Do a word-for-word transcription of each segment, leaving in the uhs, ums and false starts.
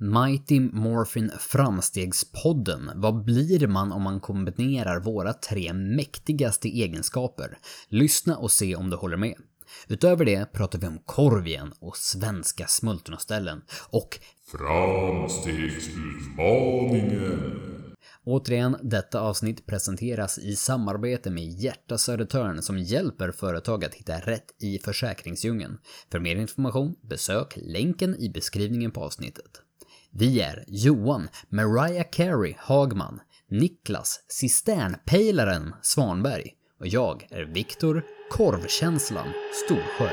Mighty Morphin Framstegspodden. Vad blir man om man kombinerar våra tre mäktigaste egenskaper? Lyssna och se om du håller med. Utöver det pratar vi om korv igen och svenska smultronställen och Framstegsutmaningen. Återigen, detta avsnitt presenteras i samarbete med Hjärta Södertörn som hjälper företag att hitta rätt i försäkringsdjungeln. För mer information, besök länken i beskrivningen på avsnittet. Vi är Johan, Mariah Carey Hagman, Niklas, Cisternpejlaren Svanberg och jag är Viktor, Korvkänslan Storsjö.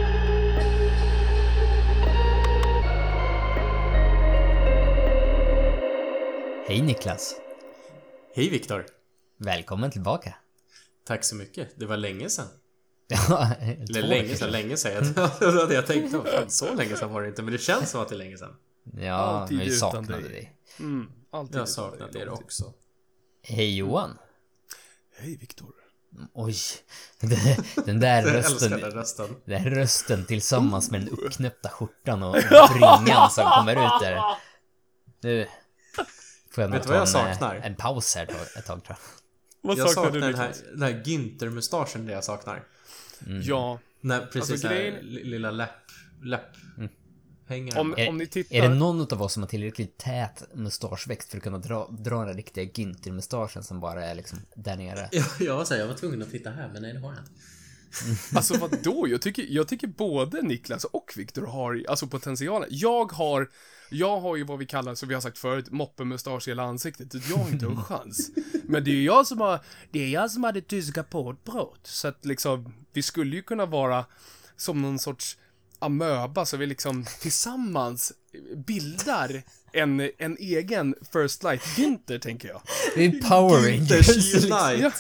Hej Niklas. Hej Viktor. Välkommen tillbaka. Tack så mycket. Det var länge sedan. Ja, Eller länge sedan, länge sedan. Det var det jag tänkte. Fan, så länge sedan var det inte, men det känns som att det är länge sedan. Ja, alltid vi saknade dig. dig. Mm, alltid Jag saknade er också. Hej Johan. Hej Viktor. Oj, det, den där Jag rösten, älskar den rösten. den här rösten tillsammans med den uppknäppta skjortan och bringan som kommer ut där. Nu får jag nog Vet du vad jag ta en, saknar? en paus här ett tag tror jag. Vad Jag saknar saknar du den här, Niklas? den här Günther-mustaschen, det jag saknar. Mm. Ja, Nej, precis Alltså, den här grejen- li- lilla läpp, läpp Mm. hänger. om, Är, om ni tittar... är det någon av oss som har tillräckligt tät mustaschväxt för att kunna dra, dra den riktiga Günther-mustaschen som bara är liksom där nere? Jag, jag var så här, jag var tvungen att titta här, men nej, det har jag inte. Alltså vadå? Jag tycker, jag tycker både Niklas och Viktor har alltså potentialen. Jag har, jag har ju vad vi kallar, som vi har sagt förut, moppemustasch i hela ansiktet. Jag har inte en chans. Men det är jag som har, det är jag som hade tyska poddbrott. Så att liksom, vi skulle ju kunna vara som någon sorts amöba så vi liksom tillsammans bildar en, en egen First Light Günther, tänker jag. Det är Power Rangers. Günther Unite. Ja.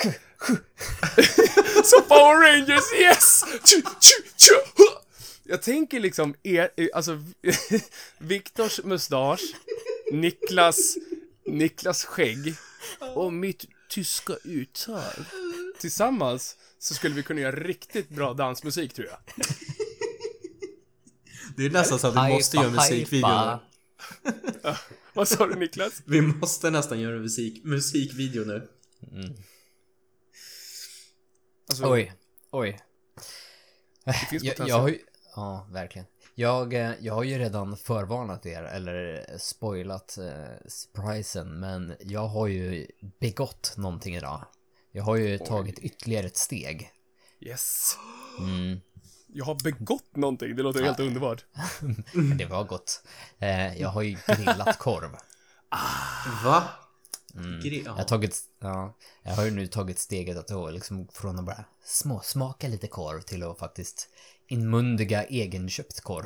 Så Power Rangers, yes! Tju, tju, tju, hu! Jag tänker liksom, er, alltså, Viktors mustasch, Niklas, Niklas skägg och mitt tyska uttal. Tillsammans så skulle vi kunna göra riktigt bra dansmusik, tror jag. Det är nästan så att vi måste göra musikvideo nu. Ja, vad sa du, Niklas? Vi måste nästan göra musik, musikvideo nu. Mm. Alltså, Oj, oj. det finns Jag, potential. jag har ju, ja, verkligen. Jag, eh, jag har ju redan förvarnat er, eller spoilat eh, surprisen, men jag har ju begått någonting idag. Jag har ju Oj. tagit ytterligare ett steg. Yes. Mm. Jag har begått någonting, det låter helt underbart. Det var gott. Eh, jag har ju grillat korv. Va? Mm. Gre- Jag har tagit, ja, jag har ju nu tagit steget att då liksom från att bara småsmaka lite korv till att faktiskt inmundiga egenköpt korv.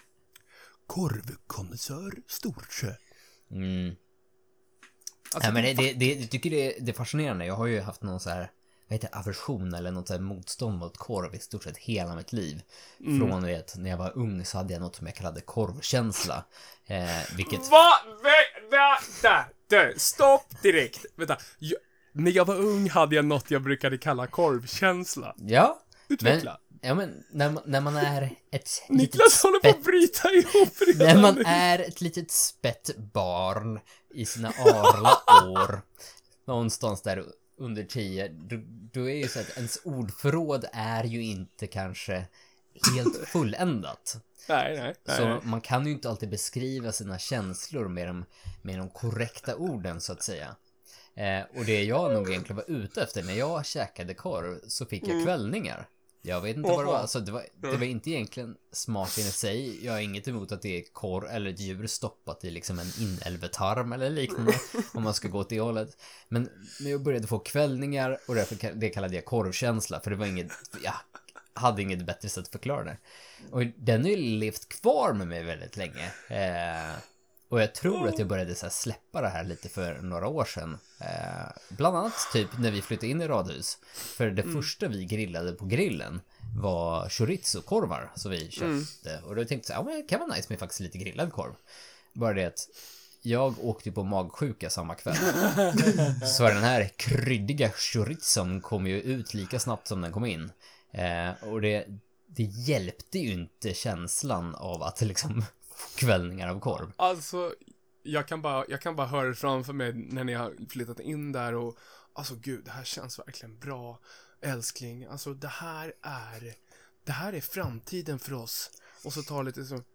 Korvkonnässör Storsjö. Mm. Alltså, Ja, men det, det, det, jag tycker det, det är fascinerande. Jag har ju haft någon så här, vad heter det, aversion eller något så här motstånd mot korv i stort sett hela mitt liv. Mm. Från det när jag var ung så hade jag något som jag kallade korvkänsla. Eh, vilket... Va? Vänta! Där, stopp direkt. Vänta. Jag, när jag var ung hade jag något jag brukade kalla korvkänsla. Ja, Utveckla. men, ja, men när, man- när man är ett Niklas litet håller på spett, att bryta ihop redan när man nu. är ett litet spett barn i sina arla år, någonstans där under tio, då, då är ju så att ens ordförråd är ju inte kanske helt fulländat. Nej, nej, nej. Så man kan ju inte alltid beskriva sina känslor med de, med de korrekta orden så att säga. Eh, och det jag nog egentligen var ute efter när jag käkade korv så fick jag kvällningar. Jag vet inte vad det var. Alltså det var, det var inte egentligen smaken i sig. Jag har inget emot att det är korv eller ett djur stoppat i liksom en inälvetarm eller liknande om man ska gå till hållet. Men, men jag började få kvällningar och därför det kallade jag korvkänsla. För det var inget, jag hade inget bättre sätt att förklara det. Och den har ju levt kvar med mig väldigt länge. Eh, och jag tror att jag började så här släppa det här lite för några år sedan. Eh, bland annat typ när vi flyttade in i radhus. För det mm. första vi grillade på grillen var chorizo-korvar som vi köpte. Mm. Och då tänkte jag, ja men det kan vara nice med faktiskt lite grillad korv. Bara det att jag åkte på magsjuka samma kväll. Så den här kryddiga chorizon kom ju ut lika snabbt som den kom in. Eh, och det, det hjälpte ju inte känslan av att liksom kvällningar av korv. Alltså, jag kan bara, jag kan bara höra det framför mig när ni har flyttat in där och alltså gud, det här känns verkligen bra, älskling. Alltså det här är, det här är framtiden för oss. Och så tar lite så.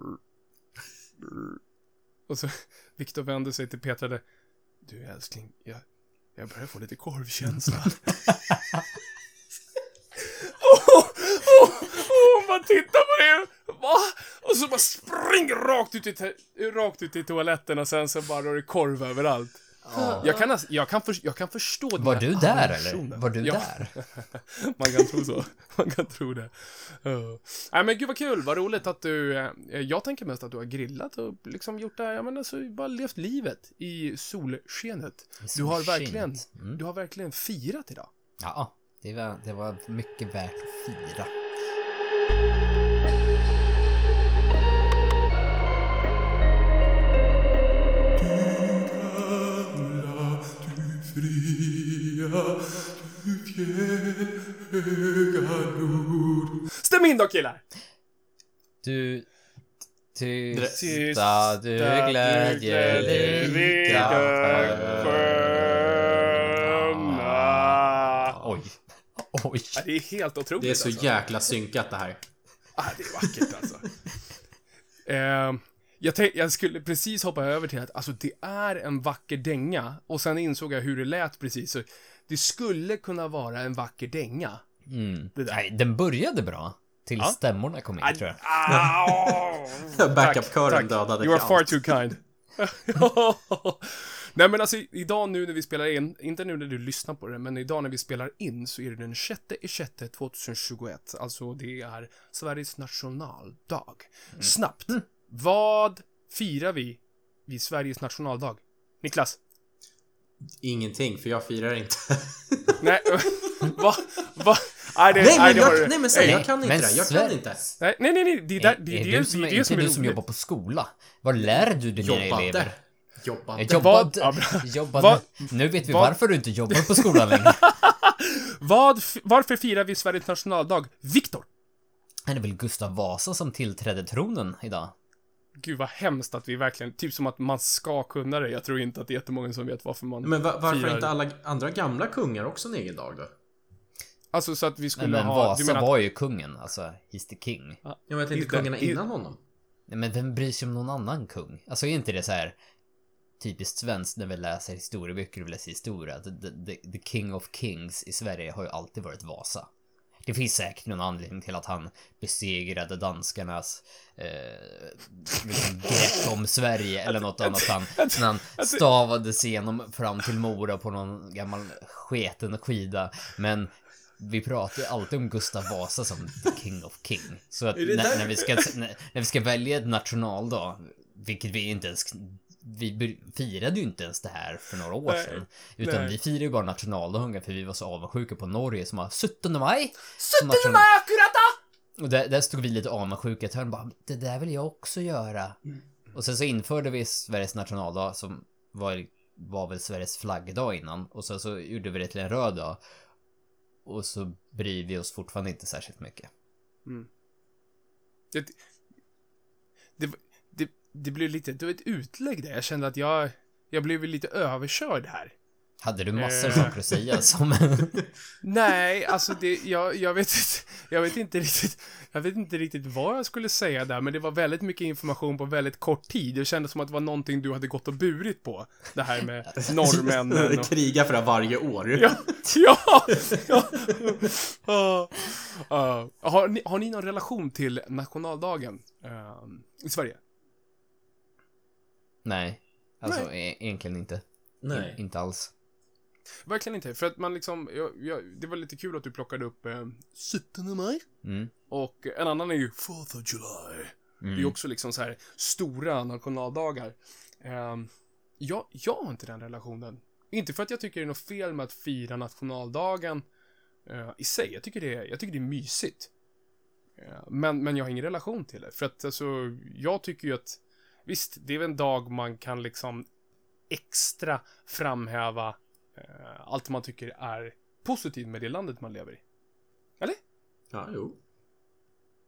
Och så Viktor vänder sig till Petra. Du älskling, jag, jag börjar få lite korvkänsla. Åh, åh, åh, man tittar på det. Va? Och så bara springer rakt ut i, te- rakt ut i toaletten och sen så bara är det korv överallt. Ja. Jag kan, alltså- jag kan, för, jag kan förstå Var dina du där ambitioner. eller? Var du Ja. där? Man kan tro så. Man kan tro det. Uh. Nej men gud vad kul, vad roligt att du, eh, jag tänker mest att du har grillat och liksom gjort det här, jag menar så bara levt livet i solskenet. Du har verkligen, Mm. du har verkligen firat idag. Ja, det var, det var mycket värt att fira. Stäm in då killar! Du tysta, Tysta, du glädjelika sköna. Oj, oj. Ja, det är helt otroligt. Det är så alltså. jäkla synkat det här. Ah, det är vackert alltså. eh, jag, tänk, jag skulle precis hoppa över till att alltså, det är en vacker dänga. Och sen insåg jag hur det lät precis. Så det skulle kunna vara en vacker dänga. Mm. Det där. Nej, den började bra. Tills Ja. stämmorna kom in, Ah, tror jag. ah, Backup-kören dödade You are far allt. too kind. Nej men alltså idag nu när vi spelar in, inte nu när du lyssnar på det, men idag när vi spelar in så är det den sjätte i sjätte tjugohundratjugoett. Alltså det är Sveriges nationaldag. Mm. Snabbt. Vad firar vi vid Sveriges nationaldag? Niklas? Ingenting, för jag firar inte. Nej, va? Va? Nej, det, Nej, men det jag- var det. nej, men säg- Nej, jag kan inte det. Jag kan Sver- inte. nej, nej, nej, det är där, Är, det, är det, du det, som, det, är det inte som är du som roligt. jobbar på skola? Vad lär du dina elever? Jobbade. Jobbade. Jag jobbade. Ja, bra. jobbade. Vad- Nu vet vi vad- varför du inte jobbar på skolan längre. Vad, varför firar vi Sveriges nationaldag? Viktor? Det är väl Gustav Vasa som tillträdde tronen idag. Gud vad hemskt att vi verkligen, typ som att man ska kunna det. Jag tror inte att det är jättemånga som vet varför man Men va- varför firar. inte alla andra gamla kungar också en egen dag då? Alltså så att vi Nej, skulle men ha... Vasa du menar att- var ju kungen, alltså he's the king. Ja, men jag tänkte Inte- kungarna i- innan honom. Nej, men vem bryr sig om någon annan kung? Alltså är inte det så här typiskt svenskt när vi läser historieböcker och läser historia? The, the, the king of kings i Sverige har ju alltid varit Vasa. Det finns säkert någon anledning till att han besegrade danskarnas eh, liksom grepp om Sverige eller något annat. Han, när han stavade sig igenom fram till Mora på någon gammal sketen skida. Men vi pratar ju alltid om Gustav Vasa som the king of king. Så att Är det när, där- när, vi ska, när, när vi ska välja ett nationaldag, vilket vi inte ens... Vi be- firade ju inte ens det här för några år Nej, sedan. Utan nej. vi firade ju bara nationaldagen för vi var så avundsjuka på Norge som har sjuttonde maj. sjuttonde maj akkurat! Och där, där stod vi lite avundsjuka till bara, det där vill jag också göra. Och sen så införde vi Sveriges nationaldag som var, var väl Sveriges flaggdag innan. Och sen så gjorde vi det till en röd dag. Och så bryr vi oss fortfarande inte särskilt mycket. Det, det, det, det blev lite, det var ett utlägg där. Jag kände att jag, jag blev lite överkörd här. Hade du massor Eh. saker att säga som... Nej, alltså det, jag, jag vet inte, jag vet inte riktigt, jag vet inte riktigt vad jag skulle säga där, men det var väldigt mycket information på väldigt kort tid. Det kändes som att det var någonting du hade gått och burit på. Det här med norrmännen och... Krigar för det varje år. Ja, ja, ja. ja. Ja. Har, ni, har ni någon relation till nationaldagen eh, i Sverige? Nej. Alltså e- egentligen inte. Nej. In, inte alls. Verkligen inte, för att man liksom, jag, jag, det var lite kul att du plockade upp eh, sjuttonde maj. Mm. Och en annan är ju fourth of July. Det är ju Mm. också liksom så här stora nationaldagar. Um, jag, jag har inte den relationen. Inte för att jag tycker det är något fel med att fira nationaldagen uh, i sig. Jag tycker det är, jag tycker det är mysigt. Uh, men, men jag har ingen relation till det. För att alltså, jag tycker ju att visst, det är väl en dag man kan liksom extra framhäva uh, allt man tycker är positivt med det landet man lever i. Eller? Ja, jo.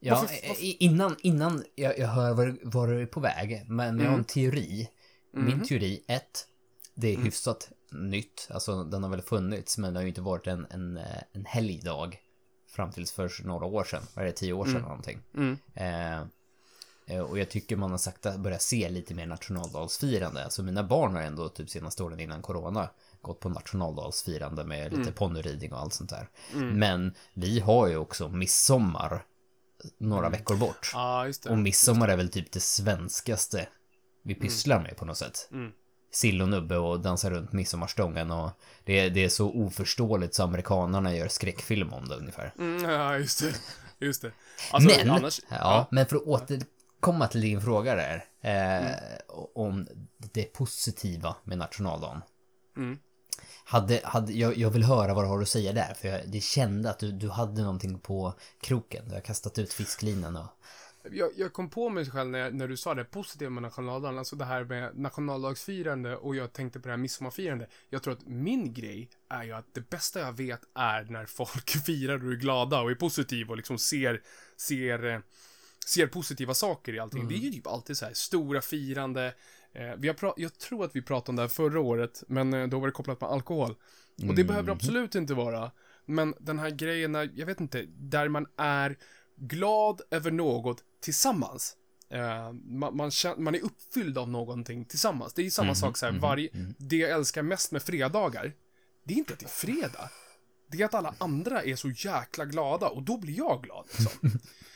Ja, Varför- varför- i- innan, innan jag, jag hör var, var du är på väg, men jag har en Mm. teori. Min Mhm. teori, ett, det är Mm. hyfsat nytt, alltså den har väl funnits, men det har ju inte varit en, en, eh, en helgdag fram tills för några år sedan, vad är det, tio år sedan Mm. någonting. Mm. Eh, eh, och jag tycker man har sakta börjat se lite mer nationaldagsfirande, alltså mina barn har ändå typ senaste åren innan corona gått på nationaldagsfirande med lite Mm. ponnyridning och allt sånt där. Mm. Men vi har ju också midsommar några Mm. veckor bort. Ja, just det. Och midsommar är väl typ det svenskaste vi pysslar med på något sätt. Mm. Sill och nubbe och dansa runt midsommarstången och det är, det är så oförståeligt så amerikanerna gör skräckfilm om det ungefär. Mm, ja, just det. Just det. Alltså, men, annars... ja, men för att återkomma till din fråga där, eh, mm. om det positiva med nationaldagen. Mm. Hade, hade, jag, jag vill höra vad du har att säga där, för jag det kände att du, du hade någonting på kroken. Du har kastat ut fisklinan och... Jag, jag kom på mig själv när, när du sa det positiva med nationaldagen, alltså det här med nationaldagsfirande och jag tänkte på det här midsommarfirande. Jag tror att min grej är ju att det bästa jag vet är när folk firar och är glada och är positiva och liksom ser, ser, eh, ser positiva saker i allting. Mm. Det är ju typ alltid så här stora firande. Eh, vi har pra- jag tror att vi pratade om det här förra året, men eh, då var det kopplat med alkohol. Och det Mm. behöver absolut inte vara. Men den här grejen, är, jag vet inte, där man är glad över något tillsammans. Uh, man, man, känner, man är uppfylld av någonting tillsammans. Det är ju samma Mhm, sak så här, mhm, varje, mhm. det jag älskar mest med fredagar, det är inte att det är fredag. Det är att alla andra är så jäkla glada och då blir jag glad liksom.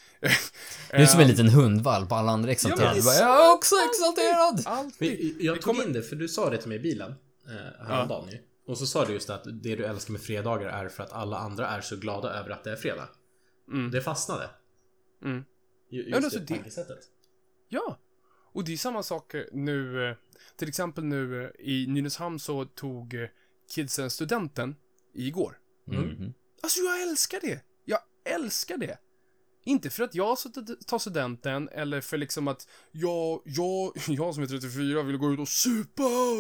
Du är som en Eh, liten hundvalp och alla andra är exalterade. Ja, men Du bara, det är jag är också exalterad! Alltid. Men jag Det tog kommer- in det för du sa det till mig i bilen eh, häromdagen ju. Och så sa du just att det du älskar med fredagar är för att alla andra är så glada över att det är fredag. Mm. Det fastnade. Mm. Ju- Just Ja, alltså det det- tankesättet. Ja, och det är samma sak nu, eh, till exempel nu eh, i Nynäshamn så tog eh, kidsen studenten igår. Mhm. Alltså jag älskar det. Jag älskar det. Inte för att jag ska ta studenten eller för liksom att jag, jag, jag som är trettiofyra vill gå ut och supa.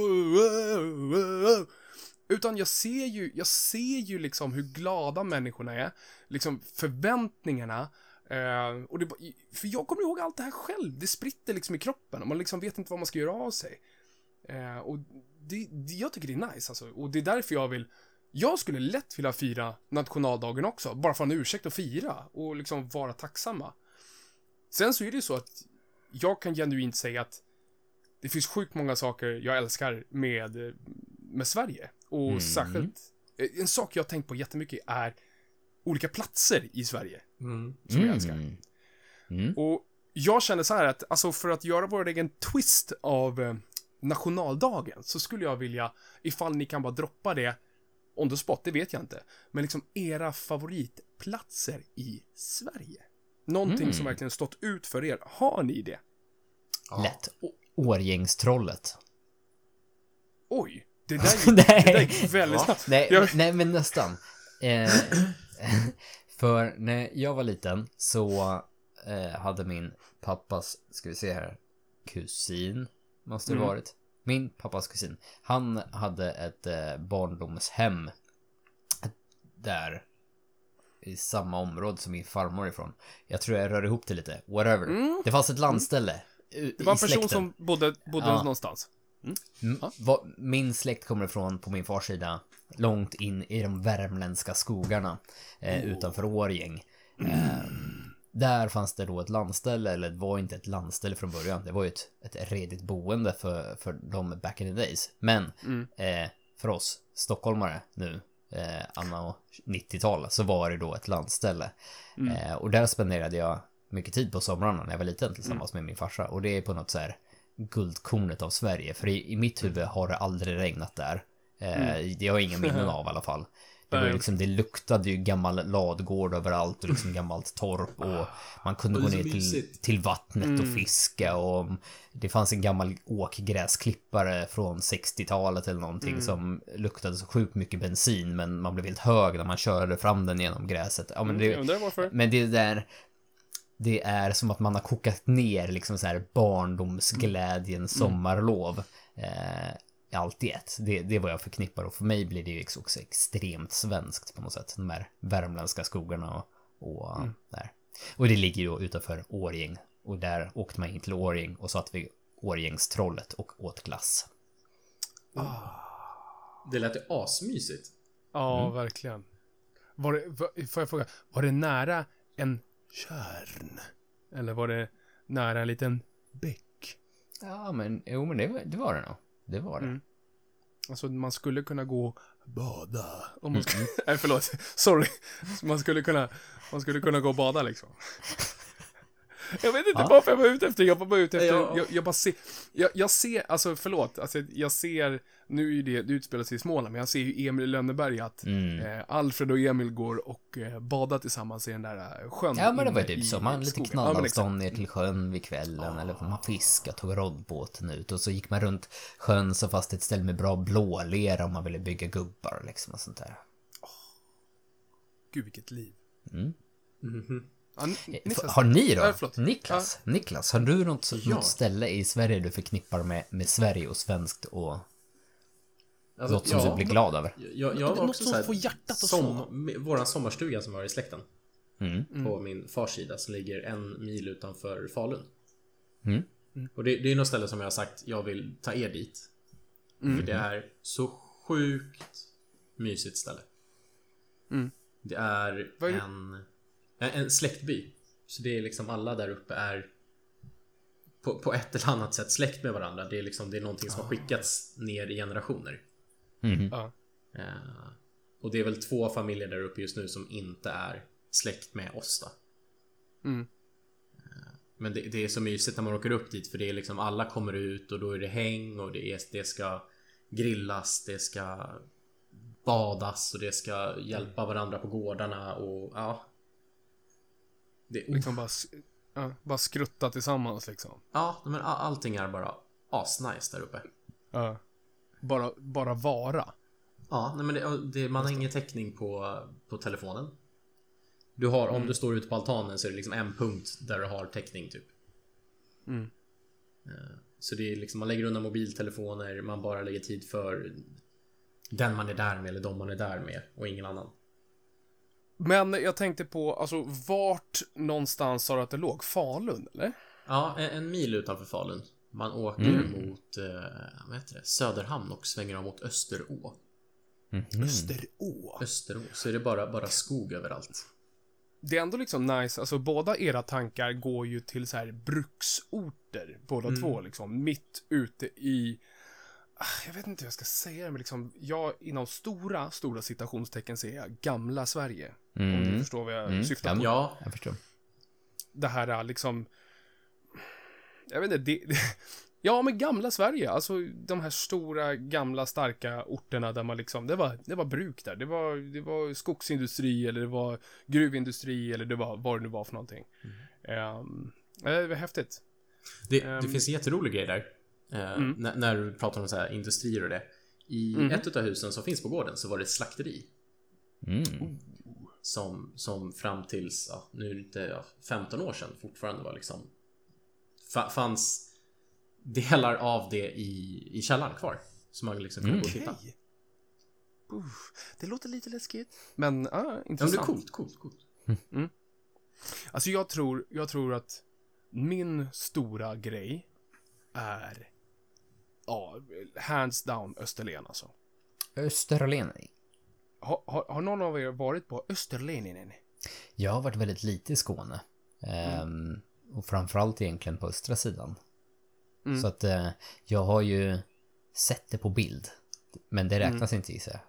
Utan jag ser ju, jag ser ju liksom hur glada människorna är. Liksom förväntningarna. Eh, och det, för jag kommer ihåg allt det här själv. Det spritter liksom i kroppen och man liksom vet inte vad man ska göra av sig. Eh, och det, det, jag tycker det är nice alltså. Och det är därför jag vill. Jag skulle lätt vilja fira nationaldagen också. Bara för en ursäkt att fira. Och liksom vara tacksamma. Sen så är det ju så att jag kan genuint säga att det finns sjukt många saker jag älskar med, med Sverige. Och Mm. särskilt, en sak jag har tänkt på jättemycket är olika platser i Sverige. Mm. Som jag älskar. Mm. Mm. Och jag känner så här att, alltså för att göra vår egen twist av eh, nationaldagen så skulle jag vilja, ifall ni kan bara droppa det on the spot, det vet jag inte. Men liksom era favoritplatser i Sverige. Någonting Mm. som verkligen stått ut för er. Har ni det? Ja. Lätt. Å- Årgängstrollet. Oj, det där gick, det där gick väldigt snabbt. Nej, Jag- nej, men nästan. Eh, för när jag var liten så eh, hade min pappas, ska vi se här, kusin, måste det Mm. varit. Min pappas kusin. Han hade ett eh, barndomshem där i samma område som min farmor är ifrån. Jag tror jag rör ihop det lite. Whatever. Mm. Det fanns ett landställe. Det var en person som bodde, bodde Ja. någonstans. Mm. Va- Min släkt kommer ifrån, på min fars sida, långt in i de värmländska skogarna eh, Oh. utanför Årjäng. Eh, där fanns det då ett landställe, eller det var inte ett landställe från början. Det var ju ett, ett redigt boende för, för dem back in the days. Men Mm. eh, för oss stockholmare nu, eh, anno nittiotal, så var det då ett landställe. Mm. Eh, och där spenderade jag mycket tid på somrarna när jag var liten tillsammans med min farsa. Och det är på något så här guldkornet av Sverige. För i, i mitt huvud har det aldrig regnat där. Eh, Det har jag inga minnen av i alla fall. Det, var ju Nej. liksom, det luktade ju gammal ladgård överallt och liksom gammalt torp och man kunde Och gå det är ner så till, mysigt. till vattnet och Mm. fiska och det fanns en gammal åkgräsklippare från sextiotalet eller någonting Mm. som luktade så sjukt mycket bensin men man blev helt hög när man körde fram den genom gräset. Ja, men det, Jag undrar varför. men det där, det är som att man har kokat ner liksom så här barndomsglädjen, sommarlov eh, allt i ett. Det, det är vad jag förknippar och för mig blir det ju också extremt svenskt på något sätt. De här värmländska skogarna och, och Mm. där Och det ligger ju då utanför Årjäng. Och där åkte man in till Årjäng och satt vid Årjängstrollet och åt glass. Det lät ju asmysigt. Ja, Mm. verkligen. Var det, var, får jag fråga, var det nära en tjärn? Eller var det nära en liten bäck? Ja, men, jo, men det, var- det var det nog. Det var det. Mm. Alltså, man skulle kunna gå och bada. Om man skulle, nej, förlåt. Sorry. Man skulle kunna, man skulle kunna gå och bada liksom. Jag vet inte Ja. varför jag var ute efter. Jag var bara ute efter, Ja. jag, jag bara ser, jag, jag ser, alltså förlåt. Alltså, jag ser, nu är ju det, det utspelar sig i Småland, men jag ser ju Emil i Lönneberga att Mm. eh, Alfred och Emil går och eh, badar tillsammans i den där eh, sjön. Ja, men det var inne typ i så. Man lite skogen. knallavstånd ner till sjön vid kvällen. Eller man fiskade, tog roddbåten ut. Och så gick man runt sjön så fast ett ställe med bra blålera om man ville bygga gubbar liksom och sånt där. Gud, vilket liv. Mm. Mhm. Ja, N- Niklas, Har ni då? Ja, förlåt. Niklas? Niklas, har du något, Ja. något ställe i Sverige du förknippar med, med Sverige och svenskt och Alltså, något som ja, du blir glad över? Jag, jag var Något också som så här, får hjärtat att som, våran sommarstuga som var i släkten. Mm. På min fars sida som ligger en mil utanför Falun. Mm. Och det, det är något ställe som jag har sagt jag vill ta er dit. För det är så sjukt mysigt ställe. Mm. Det är Vad är det- en, en, en släktby. Så det är liksom alla där uppe är på, på ett eller annat sätt släkt med varandra. Det är liksom det är någonting som har skickats ner i generationer. Mm. Ja. Eh, och det är väl två familjer där uppe just nu som inte är släkt med oss då. Mm. Men det, det är så mysigt när man åker upp dit. För det är liksom alla kommer ut och då är det häng. Och det, är, det ska grillas. Det ska badas. Och det ska hjälpa varandra på gårdarna. Och ja. Det, Liksom bara, s- ja, bara skrutta tillsammans liksom. ja men all, allting är bara asnice där uppe. Ja. Bara, bara vara. Ja, nej, men det, det, man har ingen täckning på, på telefonen. Du har, om du står ute på altanen så är det liksom en punkt där du har täckning typ. Mm. Eh, Så det är liksom, man lägger undan mobiltelefoner, man bara lägger tid för den man är där med eller de man är där med och ingen annan. Men jag tänkte på, alltså vart någonstans sa du att det låg? Falun, eller? Ja, en, en mil utanför Falun. Man åker Mm. mot eh, vad heter det? Söderhamn och svänger av mot Österå. Mhm. Österå. Österå, så är det bara, bara skog överallt. Det är ändå liksom nice, alltså båda era tankar går ju till så här bruksorter, båda Mm. två liksom, mitt ute i, ah, jag vet inte hur jag ska säga det, men liksom, jag inom stora, stora citationstecken ser jag gamla Sverige. Om du Mm. förstår vad jag Mm. syftar Ja, på. Ja, Jag förstår. Det här liksom, jag vet inte, det, det, ja men gamla Sverige, alltså de här stora, gamla, starka orterna där man liksom, det var, det var bruk där, det var, det var skogsindustri eller det var gruvindustri eller det var vad det nu var för någonting. Mm. det var häftigt. det, det Ehm. finns en jätterolig grej där. Eh, Mm. när, när du pratar om så här industrier och det. I Mhm. ett av husen som finns på gården så var det ett slakteri. Mm. Som, som fram tills, ja, nu är det inte, ja, femton år sedan fortfarande var liksom fa- fanns delar av det i, i källaren kvar. Så man liksom kunde Mm. gå och titta. Okej. Uff, det låter lite läskigt. Men, ja, ah, Ja, men det är intressant. coolt, coolt, coolt. Alltså jag tror, jag tror att min stora grej är, ja, hands down Österlen alltså. Österlen. Har, har, har någon av er varit på Österlen? Jag har varit väldigt lite i Skåne. Ehm, och framförallt egentligen på östra sidan. Mm. Så att eh, jag har ju sett det på bild. Men det räknas inte gissar jag.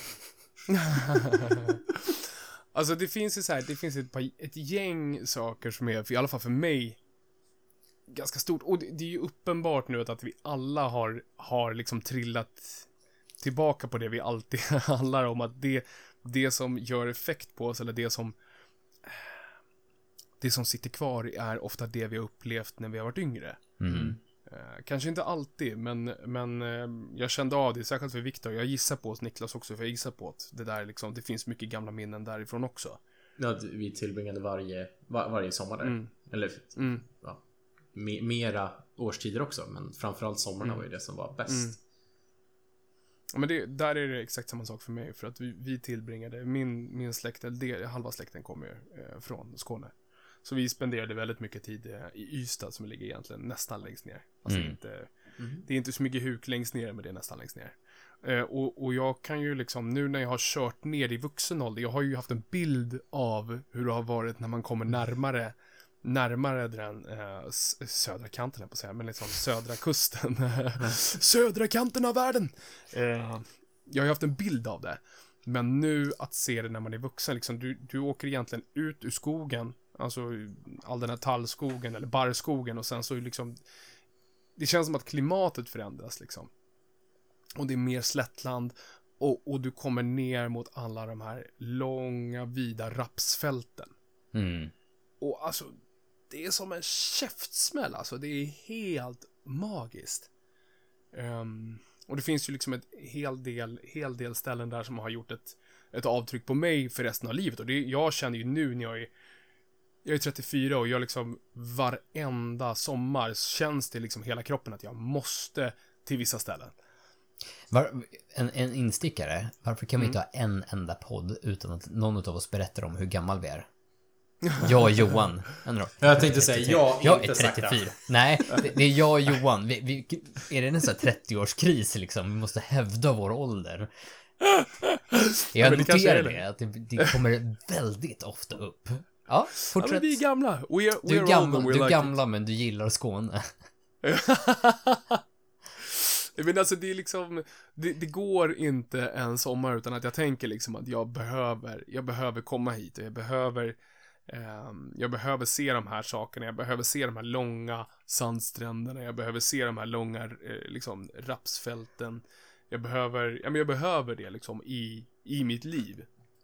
Alltså det finns ju så här, det finns ett, par, ett gäng saker som är, för, i alla fall för mig, ganska stort. Och det, det är ju uppenbart nu att vi alla har, har liksom trillat tillbaka på det vi alltid handlar om. Att det, det som gör effekt på oss, eller det som det som sitter kvar är ofta det vi har upplevt när vi har varit yngre. Mm. Eh, kanske inte alltid, men, men eh, jag kände av det, särskilt för Viktor. Jag gissar på oss, Niklas också, för jag gissar på att det där liksom, det finns mycket gamla minnen därifrån också. Ja, vi tillbringade varje, var, varje sommar där. Mm. Eller Mm. ja, me, mera årstider också. Men framförallt sommarna Mm. var ju det som var bäst. Mm. Ja, men det, där är det exakt samma sak för mig, för att vi, vi tillbringade, min, min släkt, eller det, halva släkten kommer ju eh, från Skåne. Så vi spenderade väldigt mycket tid i Ystad som ligger egentligen nästan längst ner. Alltså Mm. inte, det är inte så mycket huk längst ner, men det är nästan längst ner. Eh, och, och jag kan ju liksom, nu när jag har kört ner i vuxen ålder, jag har ju haft en bild av hur det har varit när man kommer närmare närmare den eh, södra kanten, jag på att säga, men liksom södra kusten. Södra kanten av världen! Eh, jag har ju haft en bild av det. Men nu att se det när man är vuxen, liksom, du, du åker egentligen ut ur skogen, alltså all den här tallskogen eller barrskogen, och sen så liksom, det känns som att klimatet förändras liksom. Och det är mer slättland, och, och du kommer ner mot alla de här långa, vida rapsfälten. Mm. Och alltså, det är som en käftsmäll, alltså det är helt magiskt. Um, och det finns ju liksom ett hel del, hel del ställen där som har gjort ett, ett avtryck på mig för resten av livet. Och det, jag känner ju nu när jag är jag är trettiofyra och jag liksom varenda sommar känns det liksom hela kroppen att jag måste till vissa ställen. Var, en, en instickare, varför kan vi Mm. inte ha en enda podd utan att någon av oss berättar om hur gammal vi är? Jag och Johan. Ändå. Jag tänkte säga, jag Jag inte är sagt trettiofyra. det. Nej, det, det är jag och Johan. Vi, vi, är det en sån här trettio-årskris liksom? Vi måste hävda vår ålder. Jag men det kanske är noterar det. det, att det, det kommer väldigt ofta upp. Ja, Ja, fortsätt. men vi är gamla. We are, we Du är are gammal, old and we du är like gamla men du gillar Skåne. Men alltså det är liksom, det, det går inte en sommar utan att jag tänker liksom att jag behöver, jag behöver komma hit och jag behöver, eh, jag behöver se de här sakerna, jag behöver se de här långa sandstränderna, jag behöver se de här långa eh, liksom rapsfälten, jag behöver, ja men jag behöver det liksom i, i mitt liv.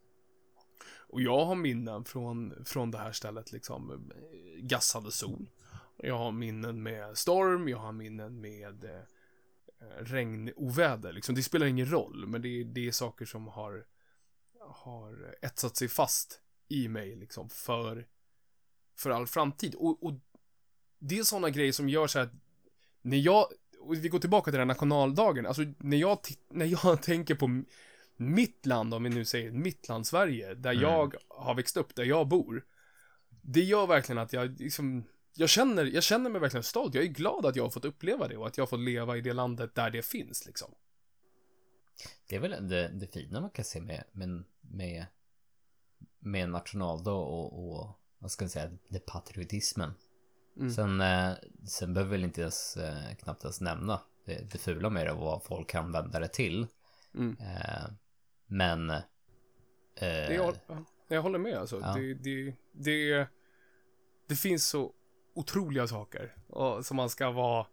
Och jag har minnen från, från det här stället liksom, gassande sol. Jag har minnen med storm, jag har minnen med eh, regn, oväder liksom. Det spelar ingen roll, men det, det är saker som har har etsat sig fast i mig liksom för för all framtid. Och, och det är sådana grejer som gör så att när jag, och vi går tillbaka till den nationaldagen, alltså när jag, när jag tänker på mitt land, om vi nu säger mitt land Sverige, där Mm. jag har växt upp, där jag bor, det gör verkligen att jag liksom Jag känner, jag känner mig verkligen stolt. Jag är glad att jag har fått uppleva det och att jag har fått leva i det landet där det finns liksom. Det är väl det, det fina man kan se med, med, med, med en nationaldag och, och vad ska jag säga, det patriotismen. Mm. Sen, eh, sen behöver väl inte ens eh, knappt ens nämna det, det fula med det och vad folk kan vända det till. Mm. Eh, men eh, Det jag, jag håller med alltså. Ja. Det, det, det, det finns så otroliga saker och, som man ska vara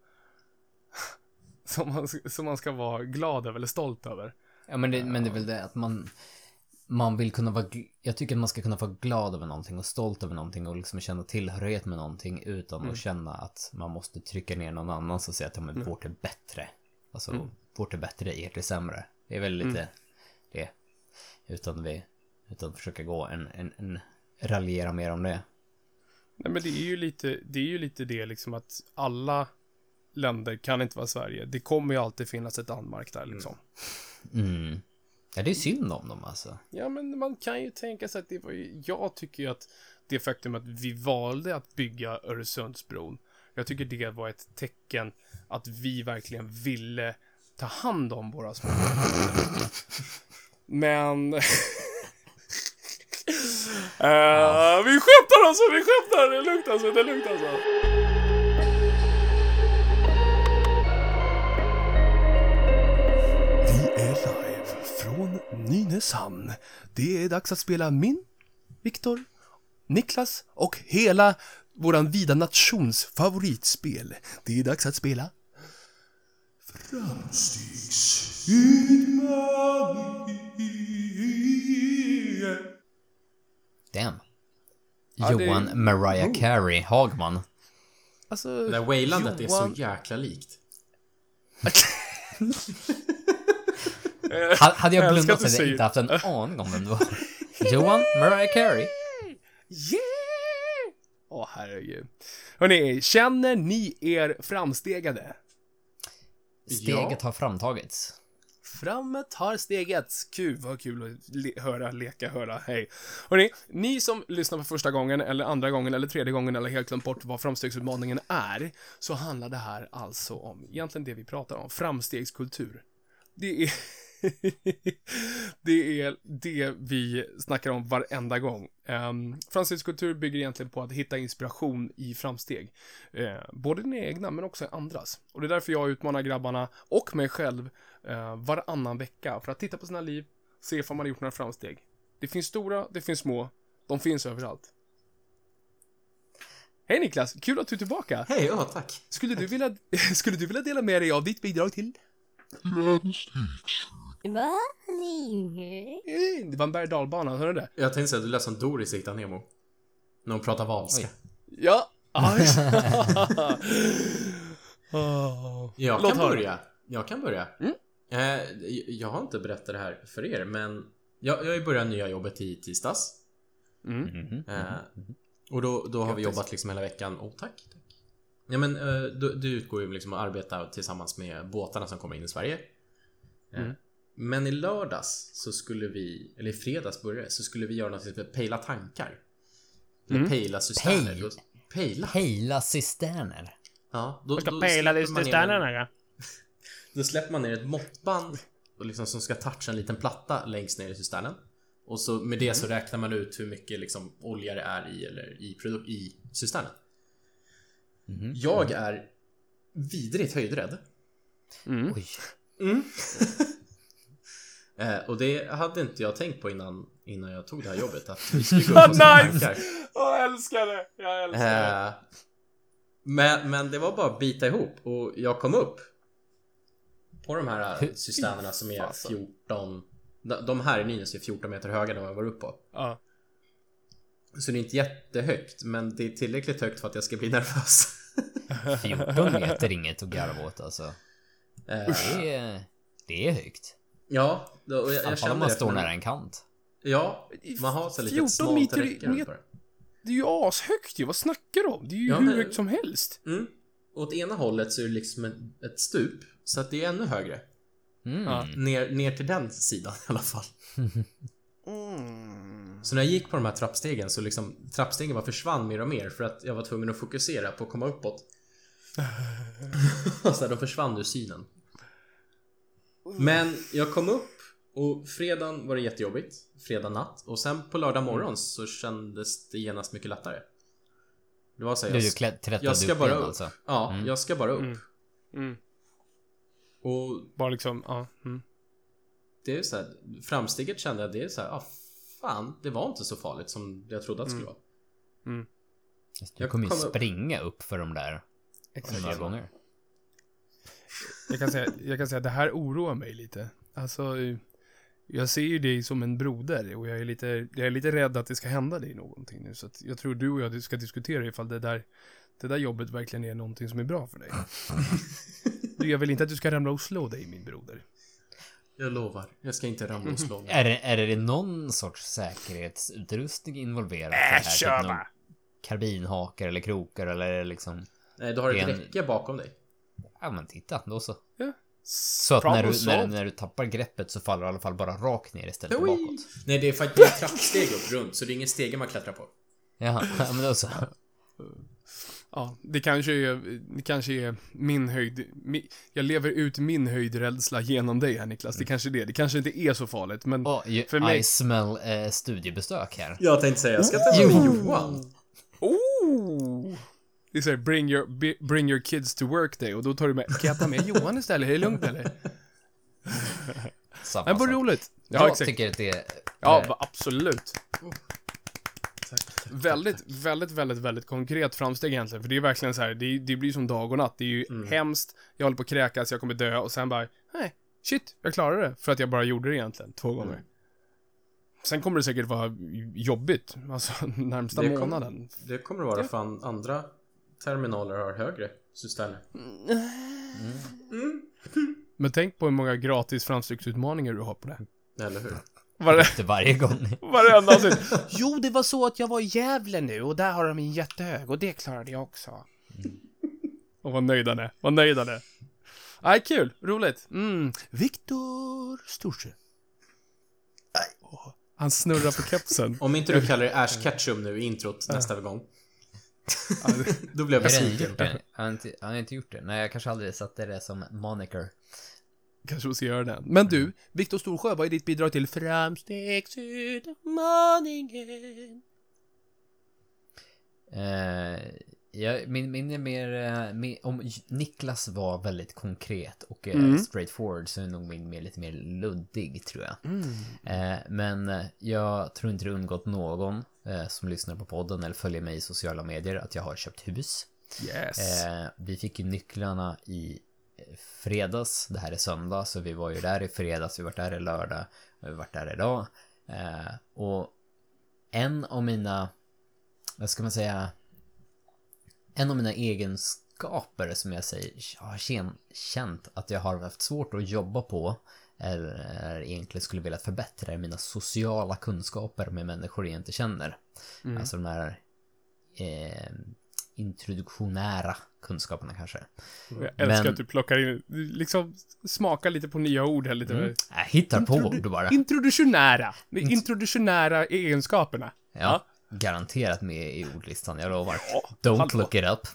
som man, som man ska vara glad över eller stolt över. ja, men det, men det är väl det att man man vill kunna vara, jag tycker att man ska kunna vara glad över någonting och stolt över någonting och liksom känna tillhörighet med någonting utan Mm. att känna att man måste trycka ner någon annan och säga att ja, men Mm. vårt är bättre. Alltså Mm. vårt är bättre, ert är sämre. Det är väl lite Mm. det. Utan vi utan försöka gå en, en, en raljera mer om det. Nej, men det är ju lite det är ju lite det liksom att alla länder kan inte vara Sverige. Det kommer ju alltid finnas ett Danmark där liksom. Mm. Ja, det är synd om dem alltså. Ja, men man kan ju tänka sig att det var ju, jag tycker ju att det faktum att vi valde att bygga Öresundsbron, jag tycker det var ett tecken att vi verkligen ville ta hand om våra små. Men Uh, vi skämtar alltså, vi skämtar, det är lugnt alltså, det är lugnt alltså. Vi är live från Nynäshamn. Det är dags att spela min, Viktor, Niklas och hela våran vida nations favoritspel. Det är dags att spela Framstegsutmaning. Damn. Ja, det- Johan Mariah Oh. Carey Hagman. Alltså, Det där wailandet är Johan- så jäkla likt. Ha- Hade jag Jag älskar blundat att du så hade jag säger- inte haft en aning om vem det var. Johan Mariah Carey. Yeah! Åh, herregud. Hörrni, känner ni er framstegade? Steget har framtagits. framåt har stegats. Kul, vad kul att le- höra, leka, höra, hej. Hörrni, ni som lyssnar för första gången, eller andra gången, eller tredje gången, eller helt glömt bort vad framstegsutmaningen är, så handlar det här alltså om, egentligen det vi pratar om, framstegskultur. Det är... det är det vi snackar om varenda gång. Um, framstegskultur bygger egentligen på att hitta inspiration i framsteg. Uh, både dina egna men också andras. Och det är därför jag utmanar grabbarna och mig själv uh, varannan vecka för att titta på sina liv, se om man har gjort några framsteg. Det finns stora, det finns små, de finns överallt. Hej Niklas, kul att du är tillbaka. Hej, ja tack. Skulle du vilja, skulle du vilja dela med dig av ditt bidrag till? Det var en berg- och dalbana, hörde du det? Jag tänkte säga att du lät som Doris i Hitta Nemo. När hon pratar valska. Ja. oh. Jag Låt kan höra. börja. Jag kan börja. Mm. Eh, jag har inte berättat det här för er, men jag, jag har ju börjat nya jobbet i tisdags. Mm. Eh, och då, då har vi Grattis. jobbat liksom hela veckan. Oh, tack, tack. Ja, men eh, du, du utgår ju liksom att arbeta tillsammans med båtarna som kommer in i Sverige. Eh, Mm. Men i lördags så skulle vi, eller i fredags började så skulle vi göra något som heter pejla tankar. Eller Mm. pejla cisterner. Pejl. Då- Pejla? Hejla cisterner. Ja, då, Jag ska då pejla släpper det man ner en- cisternerna. Då släpper man ner ett måttband och liksom som ska toucha en liten platta längst ner i cisternen. Och så med det så räknar man ut hur mycket liksom olja det är i eller i produkt i cisternen. Mhm. Jag är vidrigt höjdrädd. Mm. Oj. eh, och det hade inte jag tänkt på innan innan jag tog det här jobbet att vi skulle gå upp på sådana Nice! tankar. Jag älskar det. Jag älskar det. Eh, men, men det var bara att bita ihop och jag kom upp på de här cisternerna som är fjorton. de- De här i Nynäs är fjorton meter höga när man var upp på. Ja. Så det är inte jättehögt, men det är tillräckligt högt för att jag ska bli nervös. fjorton meter är inget att garva åt alltså. Eh, Det är, det är högt. ja, då, och jag, I alla jag fall kände om man det, står för- nära en kant. Ja, man har så lite fjorton smalt meter- räcke runt met- på det. Det är ju ashögt ju. Vad snackar du om? Det är ju Ja, hur men- högt som helst. Mm. Åt ena hållet så är det liksom ett, ett stup, så att det är ännu högre. Mm. Ja. Ner, ner till den sidan i alla fall. Mm. Så när jag gick på de här trappstegen så liksom trappstegen bara försvann mer och mer för att jag var tvungen att fokusera på att komma uppåt. Så de försvann ur synen. Men jag kom upp och fredagen var det jättejobbigt. Fredag natt. Och sen på lördag morgon så kändes det genast mycket lättare. Det var så här, Du jag, klättrade jag ska upp bara igen upp. alltså. Ja, Mm. jag ska bara upp. Mm. Mm. Och Bara liksom, ja. Mm. det är så här, framsteget kände jag, det är så här, ah, fan, det var inte så farligt som jag trodde att det skulle vara. Just, Du Jag kommer ju kom upp- springa upp för de där Exakt. några gånger. Jag kan, säga, jag kan säga att det här oroar mig lite. Alltså, eh, jag ser ju dig som en broder och jag är lite, jag är lite rädd att det ska hända dig någonting nu. Så att jag tror du och jag ska diskutera ifall det där, det där jobbet verkligen är någonting som är bra för dig. Jag vill inte att du ska ramla och slå dig, min broder. Jag lovar, jag ska inte ramla och slå mig. Är det, är det någon sorts säkerhetsutrustning involverad? Äh, för det här? kör Typ någon bara. karbinhakar eller krokar eller är det liksom... Nej, du har ett En- räcke bakom dig. Ja men titta, då så. Ja. Så att när Problem du, när, solved. när du tappar greppet så faller du i alla fall bara rakt ner istället för Oj. bakåt. Nej, det är faktiskt ett trappsteg upp runt, så det är ingen stege man klättrar på. Jaha, ja, men då så. Ja, det kanske är, det kanske är min höjd. Mi, jag lever ut min höjdrädsla genom dig här, Niklas. Det kanske är det. Det kanske inte är så farligt, men Oh, you, för mig... I smell eh, studiebesök här. Jag tänkte säga, jag ska ta med Johan. Oh! Det är såhär, bring your, bi- bring your kids to work day. Och då tar du med, kan jag ta med Johan istället? Är det lugnt eller? Samma Men vad sak. roligt. Ja, Jag exakt. tycker att det är... Ja, eh, va- absolut. Tack, tack, Väldigt, tack. väldigt, väldigt, väldigt konkret framsteg egentligen. För det är verkligen så här, det, det blir som dag och natt. Det är ju hemskt, jag håller på att kräkas, jag kommer dö. Och sen bara, nej, shit, jag klarade det. För att jag bara gjorde det egentligen, två gånger. Mm. Sen kommer det säkert vara jobbigt, alltså närmsta Det kom- månaden. Det kommer att vara för an- andra terminaler har högre cisterner. Men tänk på hur många gratis framstegsutmaningar du har på det. Eller hur? Var, efter varje gång. varenda avsnitt. Jo, det var så att jag var i Gävle nu och där har de en jättehög och det klarade jag också. Och vad nöjd han är, vad nöjd han är. Nej, kul. Roligt. Mm. Viktor Storsjö. Oh, han snurrar på kepsen. Om inte du kallar det Ash Ketchum nu i introt nästa gång. Då blir jag besviken. Jag har inte, jag har inte gjort det. Nej, jag kanske aldrig satte det som moniker. Kanske vi ska göra det. Men du, Viktor Storsjö, vad är ditt bidrag till framstegsutmaningen? Eh, jag, min, min är mer, eh, min, om Niklas var väldigt konkret och eh, Mm. straightforward, så är nog min mer lite mer luddig, tror jag. Mm. Eh, men eh, jag tror inte det undgått någon eh, som lyssnar på podden eller följer mig i sociala medier att jag har köpt hus. Yes. Eh, vi fick ju nycklarna i fredags, det här är söndag, så vi var ju där i fredags, vi var där i lördag, vi har varit där idag. Eh, och en av mina, vad ska man säga, en av mina egenskaper som jag säger, jag har känt att jag har haft svårt att jobba på, eller egentligen skulle vilja förbättra, är mina sociala kunskaper med människor jag inte känner. Mm. Alltså de här eh, introduktionära kunskaperna kanske. Jag älskar Men- att du plockar in, du liksom smakar lite på nya ord här lite. Mm. Jag hittar på Introdu- ord bara. Introduktionära. De Int- introduktionära egenskaperna. Ja, garanterat med i ordlistan, jag lovar. Ja, Don't hallå. look it up.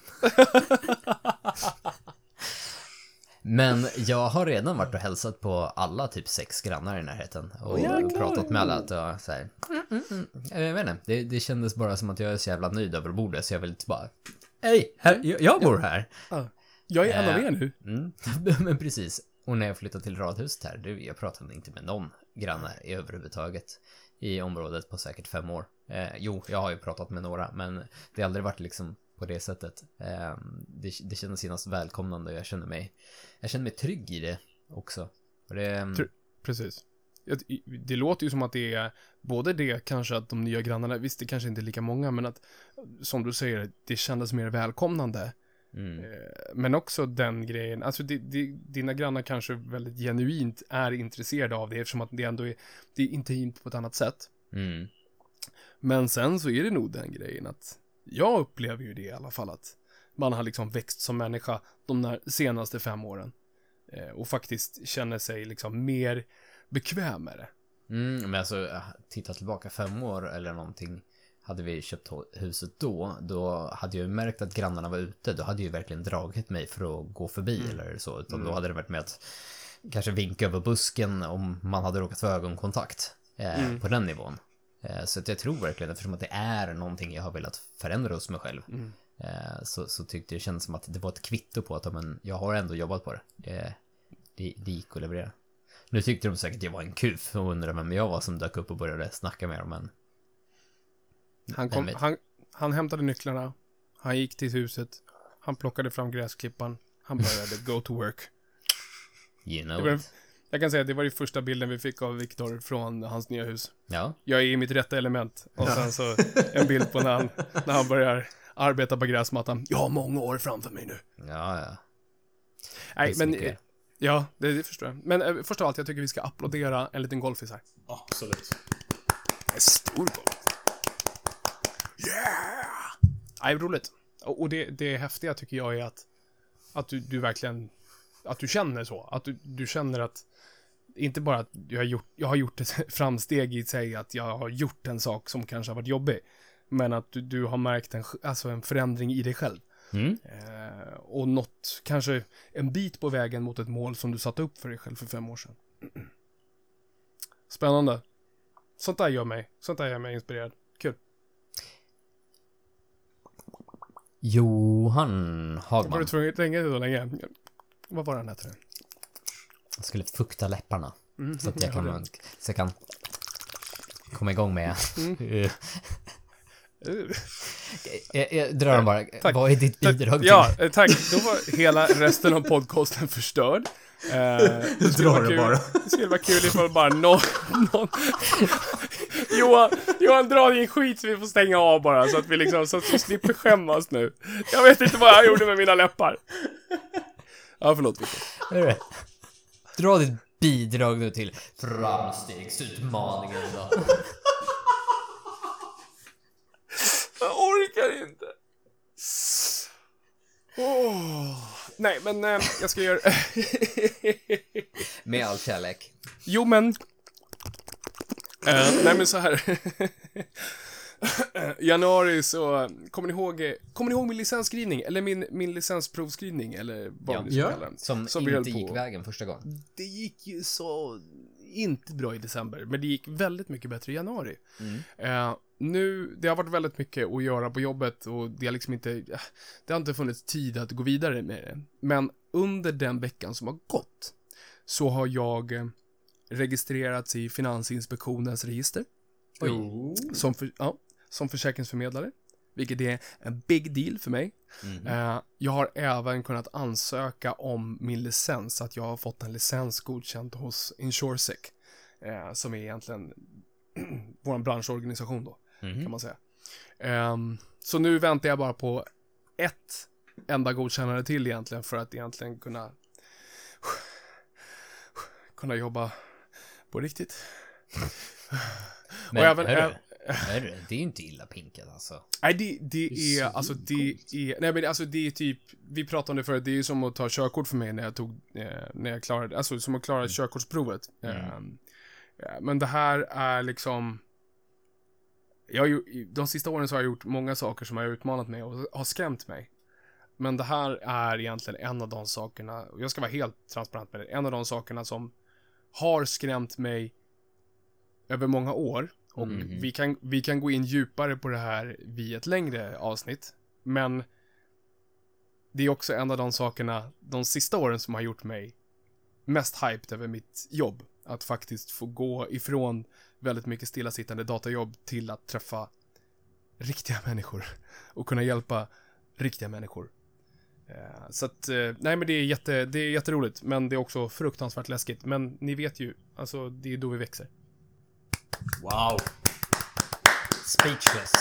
Men jag har redan varit och hälsat på alla typ sex grannar i närheten och Jäklar. pratat med alla att jag så här, mm, mm, mm. Jag vet inte, det, det kändes bara som att jag är så jävla nöjd över bordet, så jag vill inte bara, hej, här, jag, jag bor här. Ja. Jag är en av Eh. er nu. Mm. Men precis. Och när jag flyttade till radhuset här, det, jag pratade inte med någon grannar överhuvudtaget i området på säkert fem år. Eh, jo, jag har ju pratat med några, men det har aldrig varit liksom på det sättet. Eh, det, det kändes senast välkomnande och jag känner mig, jag känner mig trygg i det också. Och det, Tr- Precis. Jag- Det låter ju som att det är både det kanske att de nya grannarna, visst det kanske inte är lika många, men att som du säger, det kändes mer välkomnande. mm, Eh, Men också den grejen, alltså det, det, dina grannar kanske väldigt genuint är intresserade av det eftersom att det ändå är, det är intimt på ett annat sätt. mm, Men sen så är det nog den grejen att jag upplever ju det i alla fall att man har liksom växt som människa de där senaste fem åren. Eh, och faktiskt känner sig liksom mer bekväm med det. mm, men alltså, titta tillbaka fem år eller någonting. Hade vi köpt huset då, då hade jag ju märkt att grannarna var ute. Då hade jag ju verkligen dragit mig för att gå förbi Mm. eller så. Utan Mm. då hade det varit med att kanske vinka över busken om man hade råkat få ögonkontakt eh, Mm. på den nivån. Eh, så att jag tror verkligen, eftersom att det är någonting jag har velat förändra hos mig själv, Mm. eh, så, så tyckte jag det kändes som att det var ett kvitto på att men, jag har ändå jobbat på det. Det, det, det gick att leverera. Nu tyckte de säkert att jag var en kuf och undrade vem jag var som dök upp och började snacka med dem, men Han, kom, Vem vet? han, han hämtade nycklarna, han gick till huset, han plockade fram gräsklippan, han började go to work. you Det know var, it. jag kan säga att det var den första bilden vi fick av Viktor från hans nya hus. Ja. Jag är i mitt rätta element. Och sen så en bild på när han, när han börjar arbeta på gräsmattan. Jag har många år framför mig nu. Ja, ja. Nej, Finns men... mycket. Ja, det, det förstår jag. Men eh, först av allt, jag tycker vi ska applådera en liten golfis här. Absolut. En stor golf. Yeah! Nej, roligt. Och, och det, det häftiga tycker jag är att, att du, du verkligen... Att du känner så. Att du, du känner att... Inte bara att jag har gjort, jag har gjort ett framsteg i sig, att jag har gjort en sak som kanske har varit jobbig. Men att du, du har märkt en, alltså en förändring i dig själv. Mm. Eh, och nått kanske en bit på vägen mot ett mål som du satte upp för dig själv för fem år sedan. Spännande. Sånt där gör mig. Sånt där gör mig inspirerad. Kul. Johan Var Hagman. du tvungen att tänka så länge? Vad var den här tröjan? Jag skulle fukta läpparna. Mm. Så att jag kan, så jag kan komma igång med. Mm. Uh, jag, jag drar den bara. Tack. Vad är ditt bidrag till? Ja, eh, tack. Då var hela resten av podcasten förstörd. Eh, det skulle Drar vara det kul- bara. Det skulle vara kul ifall bara någon... någon... Johan, Johan, dra din skit så vi får stänga av bara. Så att vi liksom, så att vi slipper skämmas nu. Jag vet inte vad jag gjorde med mina läppar. Ja, förlåt, Victor. Hörru, dra ditt bidrag nu till framstegsutmaningen då. Jag orkar inte. Åh. Nej, men äh, jag ska göra... Med all kärlek. Jo, men... Uh, nej, men så här. Januari så... Kommer ni ihåg... Kommer ni ihåg min licensskrivning? Eller min, min licensprovskrivning? Eller vad Ja. ni ska Ja. kalla den. Som, Som vi inte höll gick på. vägen första gången. Det gick ju så... Inte bra i december, men det gick väldigt mycket bättre i januari. Mm. Uh, nu, det har varit väldigt mycket att göra på jobbet och det har liksom inte, det har inte funnits tid att gå vidare med det. Men under den veckan som har gått så har jag eh, registrerats i Finansinspektionens register. Oj. Som, för, ja, som försäkringsförmedlare, vilket är en big deal för mig. Mm. Uh, jag har även kunnat ansöka om min licens, att jag har fått en licens godkänd hos Insuresec, uh, som är egentligen vår branschorganisation då, Mhm. kan man säga. Um, så nu väntar jag bara på ett enda godkännande till egentligen för att egentligen kunna kunna jobba på riktigt. Men och även, hörru, ä- hörru, det är ju inte illa pinkat alltså. Nej, det, det Det är är, alltså det är, nej men alltså det är typ, vi pratade om det förut, det är ju som att ta körkort för mig när jag tog, eh, när jag klarade, alltså som att klara körkortsprovet. Mm. Eh, ja, men det här är liksom, jag har ju, de sista åren så har jag gjort många saker som har utmanat mig och har skrämt mig. Men det här är egentligen en av de sakerna, och jag ska vara helt transparent med det, en av de sakerna som har skrämt mig över många år. Och Mhm. vi, kan, vi kan gå in djupare på det här vid ett längre avsnitt. Men det är också en av de sakerna de sista åren som har gjort mig mest hyped över mitt jobb. Att faktiskt få gå ifrån väldigt mycket stillasittande datajobb till att träffa riktiga människor. Och kunna hjälpa riktiga människor. Eh, Så att, eh, nej men det är, jätte, det är jätteroligt. Men det är också fruktansvärt läskigt. Men ni vet ju, alltså det är då vi växer. Wow. Speechless.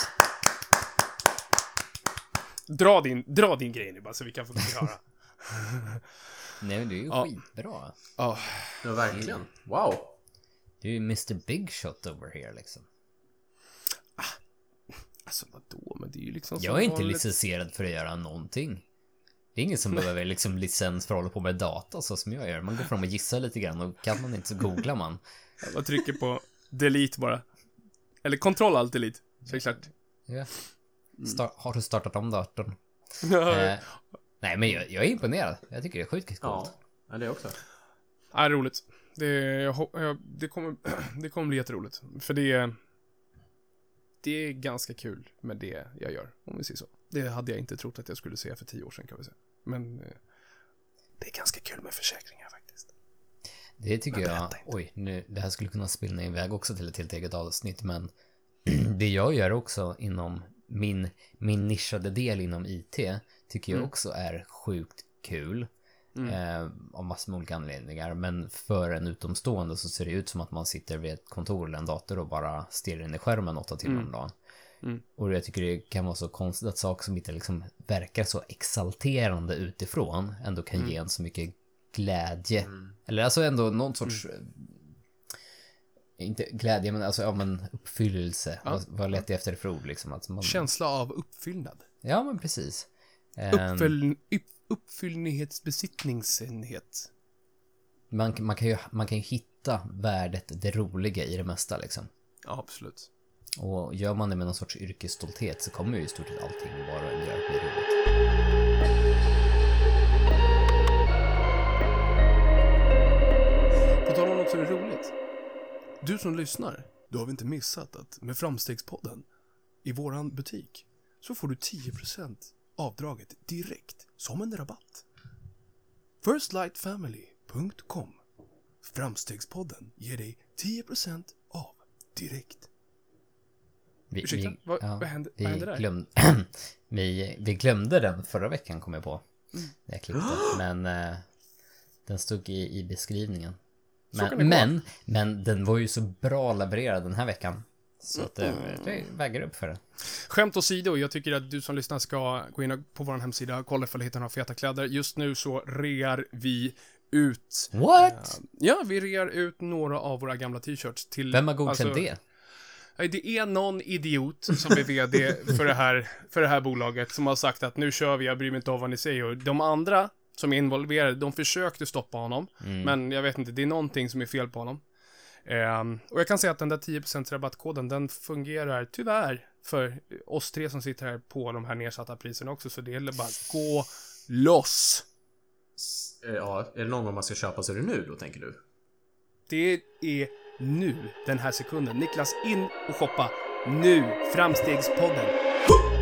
Dra din, dra din grej nu bara så vi kan få höra. Nej men det är ju Ja. skitbra. Ja, Ja, verkligen. Wow. Det är ju mister Big Shot over here liksom. alltså vadå, men det är ju liksom som Jag är inte vanligt. licensierad för att göra någonting. Det är ingen som behöver liksom licens för att hålla på med data så som jag gör. Man går fram och gissar lite grann och kan man inte så googlar man. Jag trycker på delete bara. Eller kontroll allt delete. Så är det klart. Ja. Star- har du startat om datorn? Ja. Eh, nej men jag, jag är imponerad. Jag tycker det är sjukt coolt. Ja, ja det också. Ja, roligt. Det, jag, hop- jag, det, kommer, det kommer bli jätteroligt. För det, det är ganska kul med det jag gör, om vi säger så. Det hade jag inte trott att jag skulle säga för tio år sedan, kan vi säga. Men eh, det är ganska kul med försäkringar faktiskt. Det tycker Men jag, berätta inte. oj, nu, det här skulle kunna spillna iväg också till ett helt eget avsnitt, men det jag gör också inom min, min nischade del inom I T tycker jag Mm. också är sjukt kul. Mm. Eh, av massor med olika anledningar, men för en utomstående så ser det ut som att man sitter vid ett kontor eller en dator och bara stirrar in i skärmen åtta timmar Mm. om dagen. Mm. Och jag tycker det kan vara så konstigt att saker som inte liksom verkar så exalterande utifrån ändå kan Mm. ge en så mycket glädje. Mm. Eller alltså ändå någon sorts eh, inte glädje men alltså ja men uppfyllelse. Ja. Vad, vad letar jag efter för ord liksom att man, Känsla av uppfyllnad. ja men precis. Ehm, Uppfyll, upp, uppfyllnighetsbesittningsenhet. man, man, kan ju, man kan ju hitta värdet, det roliga i det mesta liksom. Ja, absolut. Och gör man det med någon sorts yrkesstolthet så kommer ju i stort sett allting bara en gör bli roligt. På tal om något som är roligt. Du som lyssnar, du har väl inte missat att med Framstegspodden i våran butik så får du tio procent avdraget direkt som en rabatt. first light family punkt com. Framstegspodden ger dig tio procent av direkt. Vi, Ursäkta, vi, vad, ja, vad, hände, vi, vad hände där? glöm, vi, vi glömde den förra veckan kom jag på. Mm. När jag klippte. Men eh, den stod i, i beskrivningen. Så kan det Men, gå. men, men den var ju så bra levererad den här veckan. Så att det, det väger upp för det. Skämt åsido, jag tycker att du som lyssnar ska gå in på vår hemsida, kolla ifall du hittar några feta kläder. Just nu så rear vi ut... What? eh, ja, vi rear ut några av våra gamla t-shirts till... Vem har godkänt alltså, det? nej, det är någon idiot som är vd för det, här, för det här bolaget som har sagt att nu kör vi, jag bryr mig inte av vad ni säger. Och de andra som är involverade. De försökte stoppa honom, Mm. men jag vet inte, det är någonting som är fel på honom. Um, och jag kan säga att den där tio procent rabattkoden, den fungerar tyvärr för oss tre som sitter här på de här nedsatta priserna också, så det gäller bara att gå loss. Ja, är det någon gång man ska köpa så är det nu då, tänker du? Det är nu, den här sekunden. Niklas, in och shoppa nu. Framstegspodden.